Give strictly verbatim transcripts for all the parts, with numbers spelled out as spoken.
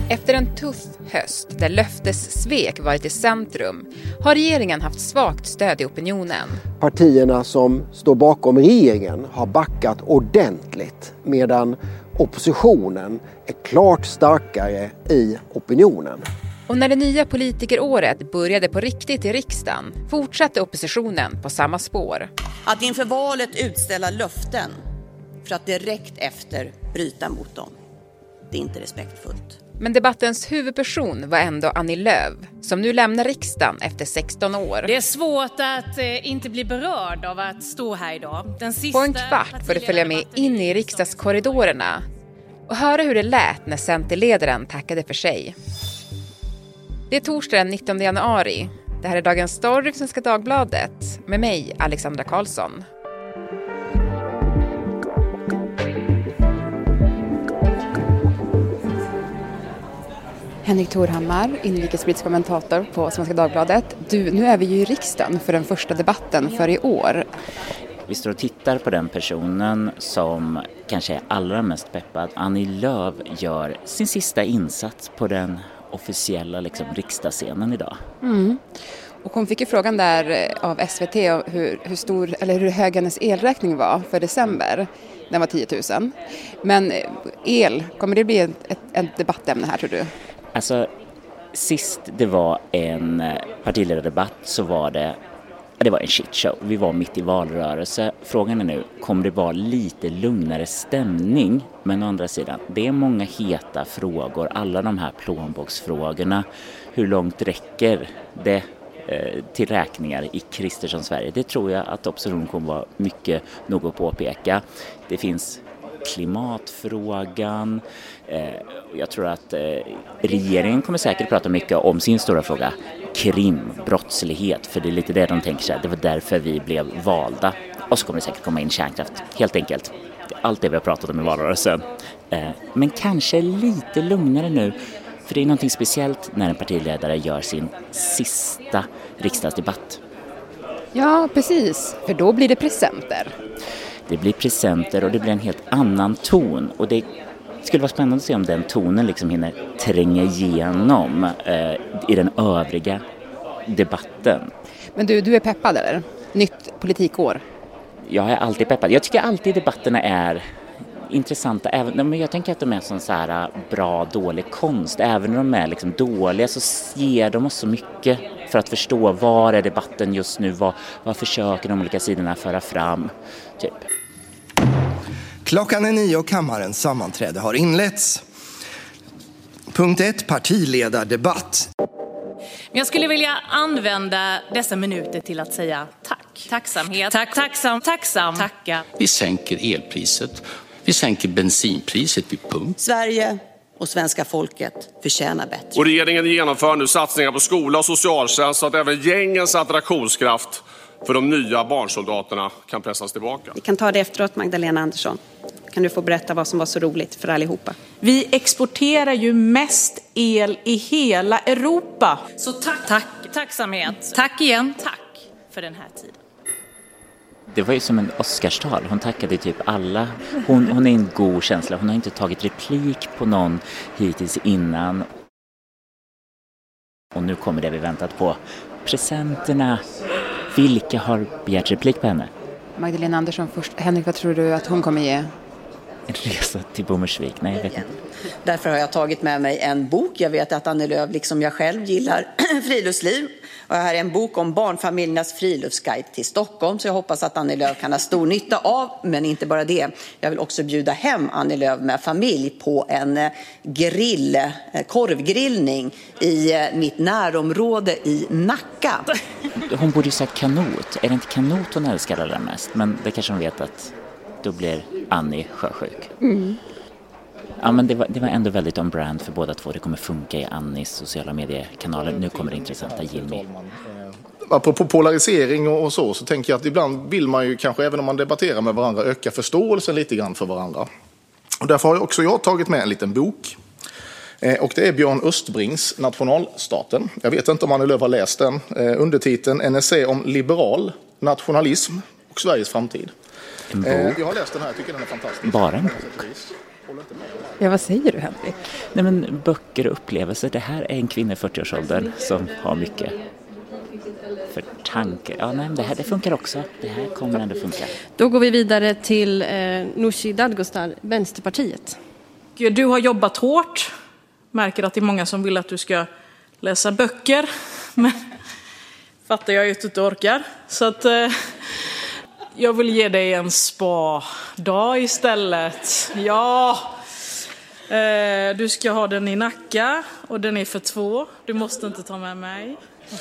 Efter en tuff höst där löftessvek varit i centrum har regeringen haft svagt stöd i opinionen. Partierna som står bakom regeringen har backat ordentligt medan oppositionen är klart starkare i opinionen. Och när det nya politikeråret började på riktigt i riksdagen fortsatte oppositionen på samma spår. Att inför valet utställa löften för att direkt efter bryta mot dem, det är inte respektfullt. Men debattens huvudperson var ändå Annie Lööf, som nu lämnar riksdagen efter sexton år. Det är svårt att eh, inte bli berörd av att stå här idag. Den sista på en kvart får du följa med in i riksdagskorridorerna och höra hur det lät när centerledaren tackade för sig. Det är torsdag den nittonde januari. Det här är dagens story från Svenska Dagbladet med mig, Alexandra Karlsson. Henrik Thorhammar, inrikespolitisk kommentator på Svenska Dagbladet. Du, nu är vi ju i riksdagen för den första debatten för i år. Vi står och tittar på den personen som kanske är allra mest peppad. Annie Lööf gör sin sista insats på den officiella liksom, riksdagsscenen idag. Mm. Och hon fick ju frågan där av S V T hur, hur, stor, eller hur hög hennes elräkning var för december. Den var tio tusen. Men el, kommer det bli ett, ett, ett debattämne här tror du? Alltså, sist det var en partiledardebatt så var det, det var en shitshow. Vi var mitt i valrörelse. Frågan är nu, kommer det vara lite lugnare stämning? Men å andra sidan, det är många heta frågor. Alla de här plånboksfrågorna. Hur långt räcker det eh, till räkningar i Kristersson Sverige? Det tror jag att oppositionen kommer vara mycket nog att påpeka. Det finns klimatfrågan. Eh, jag tror att eh, regeringen kommer säkert prata mycket om sin stora fråga. Krim, brottslighet. För det är lite det de tänker sig. Det var därför vi blev valda. Och så kommer det säkert komma in kärnkraft. Helt enkelt. Allt det vi har pratat om i valrörelsen. Eh, men kanske lite lugnare nu. För det är någonting speciellt när en partiledare gör sin sista riksdagsdebatt. Ja, precis. För då blir det presenter. Det blir presenter och det blir en helt annan ton. Och det skulle vara spännande att se om den tonen liksom hinner tränga igenom eh, i den övriga debatten. Men du, du är peppad eller? Nytt politikår. Jag är alltid peppad. Jag tycker alltid debatterna är intressanta. Även, men jag tänker att de är sån så här bra, dålig konst. Även när de är liksom dåliga så ger de oss så mycket för att förstå var är debatten just nu. Vad, vad försöker de olika sidorna föra fram? Typ. Klockan är nio och kammarens sammanträde har inletts. Punkt ett, partiledardebatt. Jag skulle vilja använda dessa minuter till att säga tack. Tacksamhet. Tack, tacksam, tacksam. Tacka. Vi sänker elpriset. Vi sänker bensinpriset vid pump. Sverige och svenska folket förtjänar bättre. Och regeringen genomför nu satsningar på skola och socialtjänst så att även gängens attraktionskraft för de nya barnsoldaterna kan pressas tillbaka. Vi kan ta det efteråt, Magdalena Andersson. Kan du få berätta vad som var så roligt för allihopa? Vi exporterar ju mest el i hela Europa. Så tack, tack, tacksamhet. Tack igen. Tack för den här tiden. Det var ju som en Oscarstal. Hon tackade typ alla. Hon, hon är en god känsla. Hon har inte tagit replik på någon hittills innan. Och nu kommer det vi väntat på. Presenterna. Vilka har begärt replik på henne? Magdalena Andersson först. Henrik, vad tror du att hon kommer ge? En resa till Bommersvik? Nej, jag vet inte. Därför har jag tagit med mig en bok. Jag vet att Annie Lööf, liksom jag själv, gillar friluftsliv. Och här är en bok om barnfamiljernas friluftsguide till Stockholm. Så jag hoppas att Annie Lööf kan ha stor nytta av. Men inte bara det. Jag vill också bjuda hem Annie Lööf med familj på en grill, korvgrillning i mitt närområde i Nacka. Hon borde ju sagt kanot. Är det inte kanot hon älskar allra mest? Men det kanske hon vet att då blir Annie sjösjuk. Mm. Ja, men det var, det var ändå väldigt on brand för båda två. Det kommer funka i Annies sociala mediekanaler. Nu kommer det intressanta Jimmy. Apropå polarisering och så, så tänker jag att ibland vill man ju kanske, även om man debatterar med varandra, öka förståelsen lite grann för varandra. Och därför har också jag tagit med en liten bok. Och det är Björn Östbrings Nationalstaten. Jag vet inte om Annie Lööf har läst den. Undertiteln En essä om liberal nationalism och Sveriges framtid. En bok. Jag har läst den här, jag tycker den är fantastisk. Bara en bok? Ja, vad säger du, Henrik? Nej, men böcker och upplevelser, det här är en kvinna i fyrtioårsåldern som har mycket för tanke. Ja, nej, det här det funkar också. Det här kommer ändå funka. Då går vi vidare till eh, Nooshi Dadgostar, Vänsterpartiet. Du har jobbat hårt. Märker att det är många som vill att du ska läsa böcker. Men fattar jag ju att du inte orkar. Så att eh, jag vill ge dig en spa-dag istället. Ja, eh, du ska ha den i Nacka och den är för två. Du måste inte ta med mig.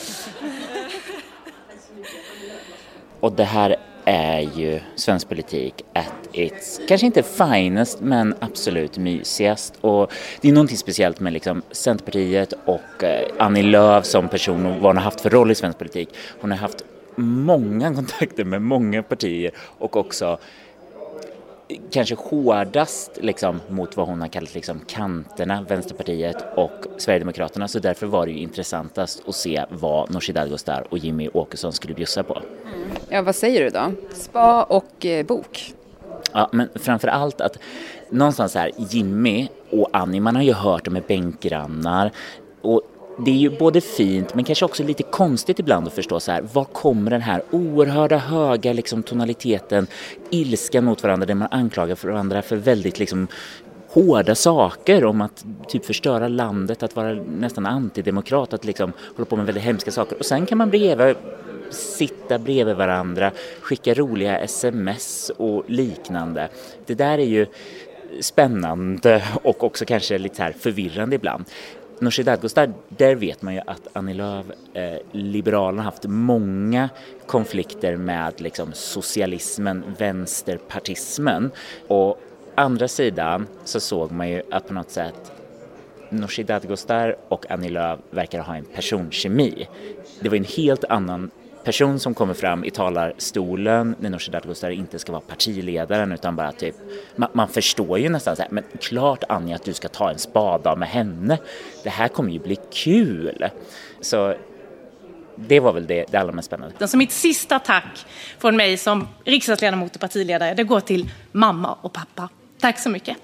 Och det här är ju svensk politik at its, kanske inte finest men absolut mysigast. Och det är någonting speciellt med liksom Centerpartiet och eh, Annie Lööf som person och vad hon har haft för roll i svensk politik. Hon har haft många kontakter med många partier och också kanske hårdast liksom, mot vad hon har kallat liksom, kanterna, Vänsterpartiet och Sverigedemokraterna. Så därför var det ju intressantast att se vad Nooshi Dadgostar och Jimmy Åkesson skulle bjussa på. Mm. Ja, vad säger du då? Spa och eh, bok? Ja, men framför allt att någonstans här, Jimmy och Annie, man har ju hört dem med bänkgrannar och det är ju både fint men kanske också lite konstigt ibland att förstå så här, var kommer den här oerhörda höga liksom, tonaliteten, ilskan mot varandra där man anklagar varandra för väldigt liksom, hårda saker om att typ förstöra landet, att vara nästan antidemokrat, att liksom hålla på med väldigt hemska saker. Och sen kan man bredvid, sitta bredvid varandra, skicka roliga sms och liknande. Det där är ju spännande och också kanske lite här förvirrande ibland. Nooshi Dadgostar, där vet man ju att Annie Lööf, eh, Liberalerna, har haft många konflikter med liksom, socialismen, vänsterpartismen. Och andra sidan så såg man ju att på något sätt Nooshi Dadgostar och Annie Lööf verkar ha en personkemi. Det var en helt annan person som kommer fram i talarstolen när Nooshi Dadgostar inte ska vara partiledaren utan bara typ, man, man förstår ju nästan så här, men klart Annie att du ska ta en spada med henne. Det här kommer ju bli kul. Så det var väl det, det allra mest spännande. Så mitt sista tack från mig som riksdagsledamot och partiledare, det går till mamma och pappa. Tack så mycket.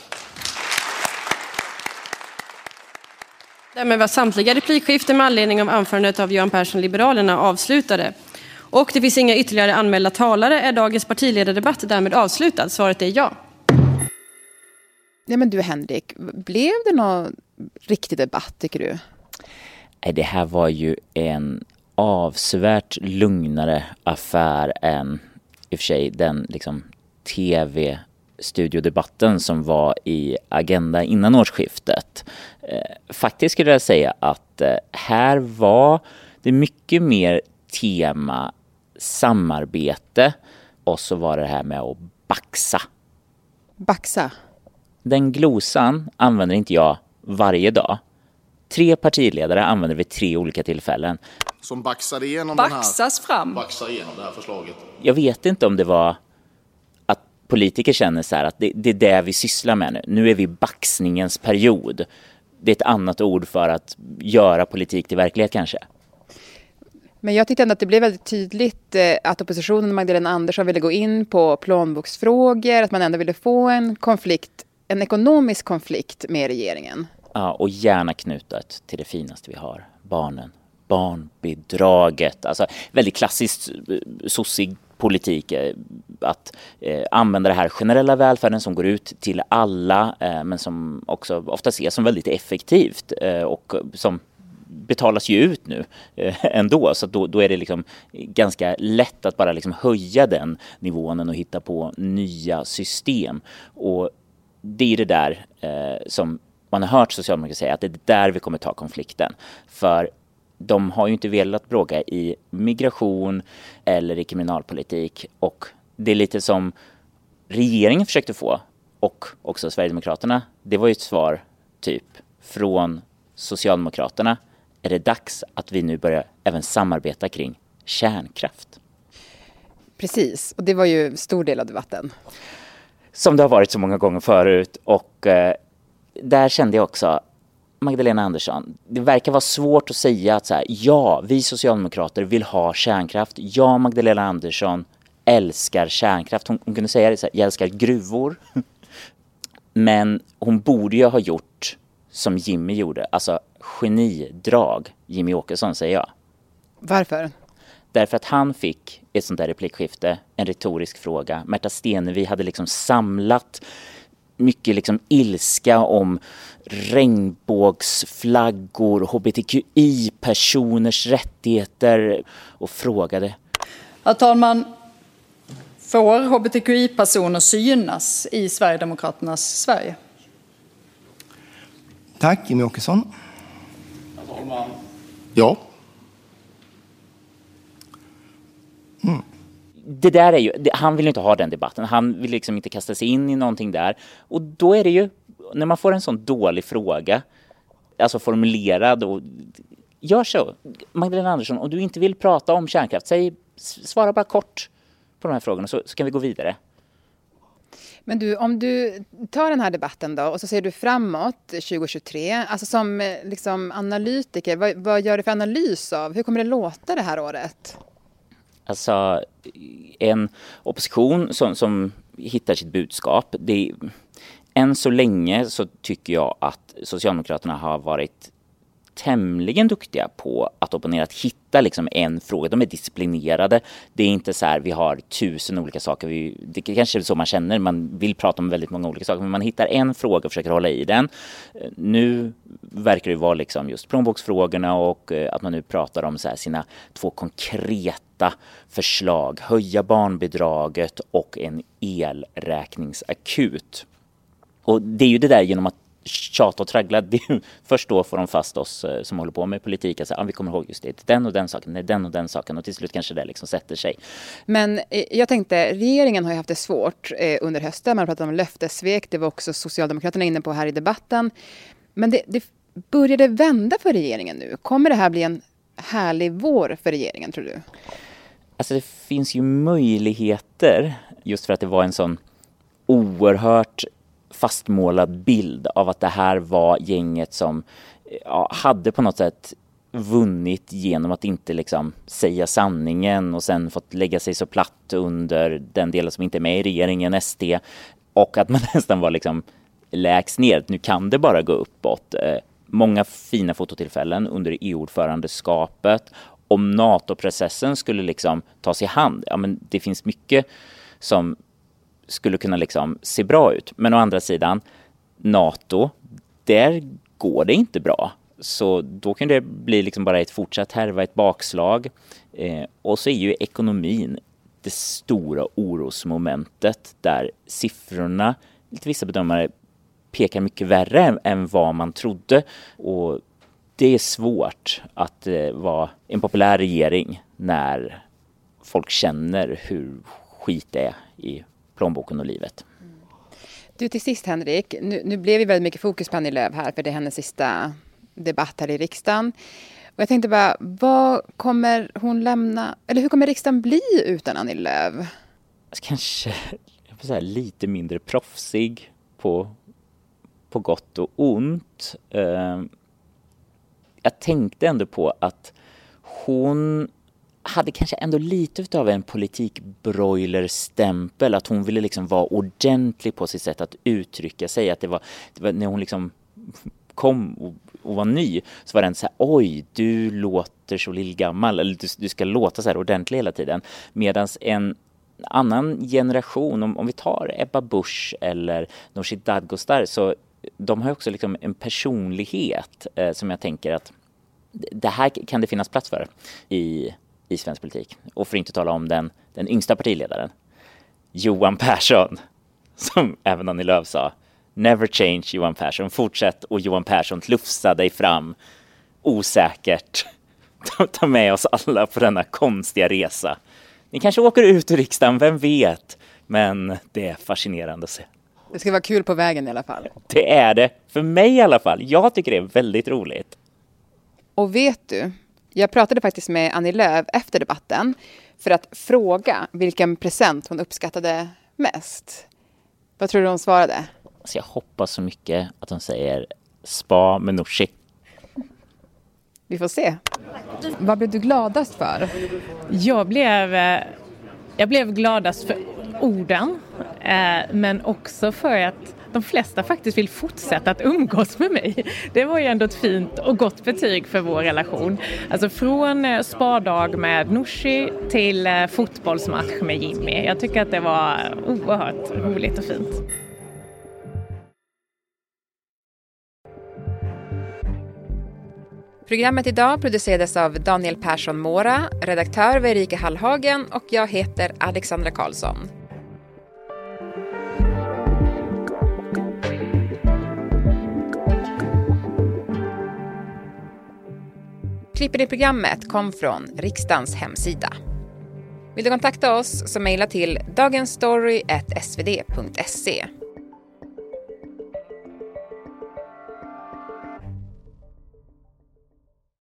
Därmed var samtliga replikskiften med anledning av anförandet av Göran Persson, Liberalerna, avslutade. Och det finns inga ytterligare anmälda talare. Är dagens partiledardebatt därmed avslutad? Svaret är ja. Ja, men du Henrik, blev det någon riktig debatt tycker du? Det här var ju en avsevärt lugnare affär än i och för sig den liksom tv-studiodebatten som var i Agenda innan årsskiftet. Faktiskt skulle jag säga att här var det mycket mer tema samarbete och så var det här med att baxa. Baxa? Den glosan använder inte jag varje dag. Tre partiledare använder vid tre olika tillfällen. Som baxade igenom Baxas den här, fram. baxar igenom det här förslaget. Jag vet inte om det var att politiker känner så här att det, det är det vi sysslar med nu. Nu är vi baxningens period. Det är ett annat ord för att göra politik till verklighet kanske. Men jag tyckte ändå att det blev väldigt tydligt att oppositionen och Magdalena Andersson ville gå in på plånboksfrågor, att man ändå ville få en konflikt, en ekonomisk konflikt med regeringen. Ja, och gärna knutet till det finaste vi har, barnen. Barnbidraget, alltså väldigt klassiskt sossig politik att eh, använda det här generella välfärden som går ut till alla eh, men som också ofta ses som väldigt effektivt eh, och som betalas ju ut nu eh, ändå, så då, då är det liksom ganska lätt att bara liksom höja den nivån och hitta på nya system. Och det är det där eh, som man har hört Socialdemokraterna säga att det är där vi kommer ta konflikten. För de har ju inte velat bråka i migration eller i kriminalpolitik. Och det är lite som regeringen försökte få och också Sverigedemokraterna. Det var ju ett svar typ från Socialdemokraterna. Är det dags att vi nu börjar även samarbeta kring kärnkraft? Precis, och det var ju stor del av debatten. Som det har varit så många gånger förut och eh, där kände jag också Magdalena Andersson, det verkar vara svårt att säga att så här, ja, vi socialdemokrater vill ha kärnkraft. Ja, Magdalena Andersson älskar kärnkraft. Hon, hon kunde säga det så här, jag älskar gruvor. Men hon borde ju ha gjort som Jimmy gjorde. Alltså genidrag, Jimmy Åkesson säger jag. Varför? Därför att han fick ett sånt där replikskifte, en retorisk fråga. Märta Stenevi hade liksom samlat mycket liksom ilska om regnbågsflaggor, H B T Q I-personers rättigheter och frågade. Herr talman, får H B T Q I-personer synas i Sverigedemokraternas Sverige? Tack, Jimmy Åkesson. Herr talman. Ja. Mm. Det där är ju, det, han vill inte ha den debatten. Han vill liksom inte kasta sig in i någonting där. Och då är det ju, när man får en sån dålig fråga, alltså formulerad, och gör så. Magdalena Andersson, om du inte vill prata om kärnkraft, säg, svara bara kort på de här frågorna så, så kan vi gå vidare. Men du, om du tar den här debatten då och så ser du framåt tjugohundratjugotre, alltså som liksom analytiker, vad, vad gör du för analys av? Hur kommer det låta det här året? Alltså en opposition som, som hittar sitt budskap. Det, än så länge så tycker jag att Socialdemokraterna har varit tämligen duktiga på att opponera, att hitta liksom en fråga. De är disciplinerade. Det är inte så här, vi har tusen olika saker. Vi, det kanske är så man känner, man vill prata om väldigt många olika saker, men man hittar en fråga och försöker hålla i den. Nu verkar det vara liksom just plånboksfrågorna och att man nu pratar om så här sina två konkreta förslag. Höja barnbidraget och en elräkningsakut. Och det är ju det där genom att tjata och traggla. Först då får de fast oss som håller på med politik. Alltså, ah, vi kommer ihåg just det. Den och den saken, det är den och den saken. Och till slut kanske det liksom sätter sig. Men eh, jag tänkte, regeringen har ju haft det svårt eh, under hösten. Man har pratat om löftesvek. Det var också Socialdemokraterna inne på här i debatten. Men det, det började vända för regeringen nu. Kommer det här bli en härlig vår för regeringen, tror du? Alltså det finns ju möjligheter, just för att det var en sån oerhört fastmålad bild av att det här var gänget som ja, hade på något sätt vunnit genom att inte liksom säga sanningen och sen fått lägga sig så platt under den delen som inte är med i regeringen, S D, och att man nästan var liksom lägst ner. Nu kan det bara gå uppåt. Många fina fototillfällen under E U-ordförandeskapet. Om NATO-processen skulle liksom tas i hand, ja men det finns mycket som skulle kunna liksom se bra ut. Men å andra sidan, NATO, där går det inte bra. Så då kan det bli liksom bara ett fortsatt härva, ett bakslag. Eh, och så är ju ekonomin det stora orosmomentet där siffrorna, lite vissa bedömare, pekar mycket värre än, än vad man trodde. Och det är svårt att eh, vara en populär regering när folk känner hur skit det är i plånboken och livet. Du, till sist Henrik, nu, nu blev det väldigt mycket fokus på Annie Lööf här, för det är hennes sista debatt här i riksdagen. Och jag tänkte bara, vad kommer hon lämna, eller hur kommer riksdagen bli utan Annie Lööf? Alltså, kanske jag får säga, lite mindre proffsig på, på gott och ont. Uh, jag tänkte ändå på att hon hade kanske ändå lite av en politikbroilerstämpel, att hon ville liksom vara ordentlig på sitt sätt att uttrycka sig, att det var, det var när hon liksom kom och, och var ny, så var det inte så här, oj, du låter så lillgammal, eller du, du ska låta så här ordentlig hela tiden, medan en annan generation, om, om vi tar Ebba Busch eller Nooshi Dadgostar, så de har också liksom en personlighet eh, som jag tänker att det här kan det finnas plats för i i svensk politik. Och för att inte tala om den, den yngsta partiledaren, Johan Persson, som även Annie Lööf sa, never change Johan Persson, fortsätt, och Johan Persson lufsa dig fram osäkert. Ta med oss alla på denna konstiga resa. Ni kanske åker ut ur riksdagen, vem vet, men det är fascinerande att se. Det ska vara kul på vägen i alla fall. Det är det, för mig i alla fall. Jag tycker det är väldigt roligt. Och vet du, jag pratade faktiskt med Annie Lööf efter debatten för att fråga vilken present hon uppskattade mest. Vad tror du hon svarade? Så jag hoppas så mycket att hon säger spa med Nooshi. Vi får se. Vad blev du gladast för? Jag blev, jag blev gladast för orden, men också för att de flesta faktiskt vill fortsätta att umgås med mig. Det var ju ändå ett fint och gott betyg för vår relation. Alltså från spardag med Nooshi till fotbollsmatch med Jimmy. Jag tycker att det var oerhört roligt och fint. Programmet idag producerades av Daniel Persson Mora, redaktör var Erika Hallhagen och jag heter Alexandra Karlsson. Klippen i programmet kom från riksdagens hemsida. Vill du kontakta oss så mejla till dagensstory at s v d punkt se.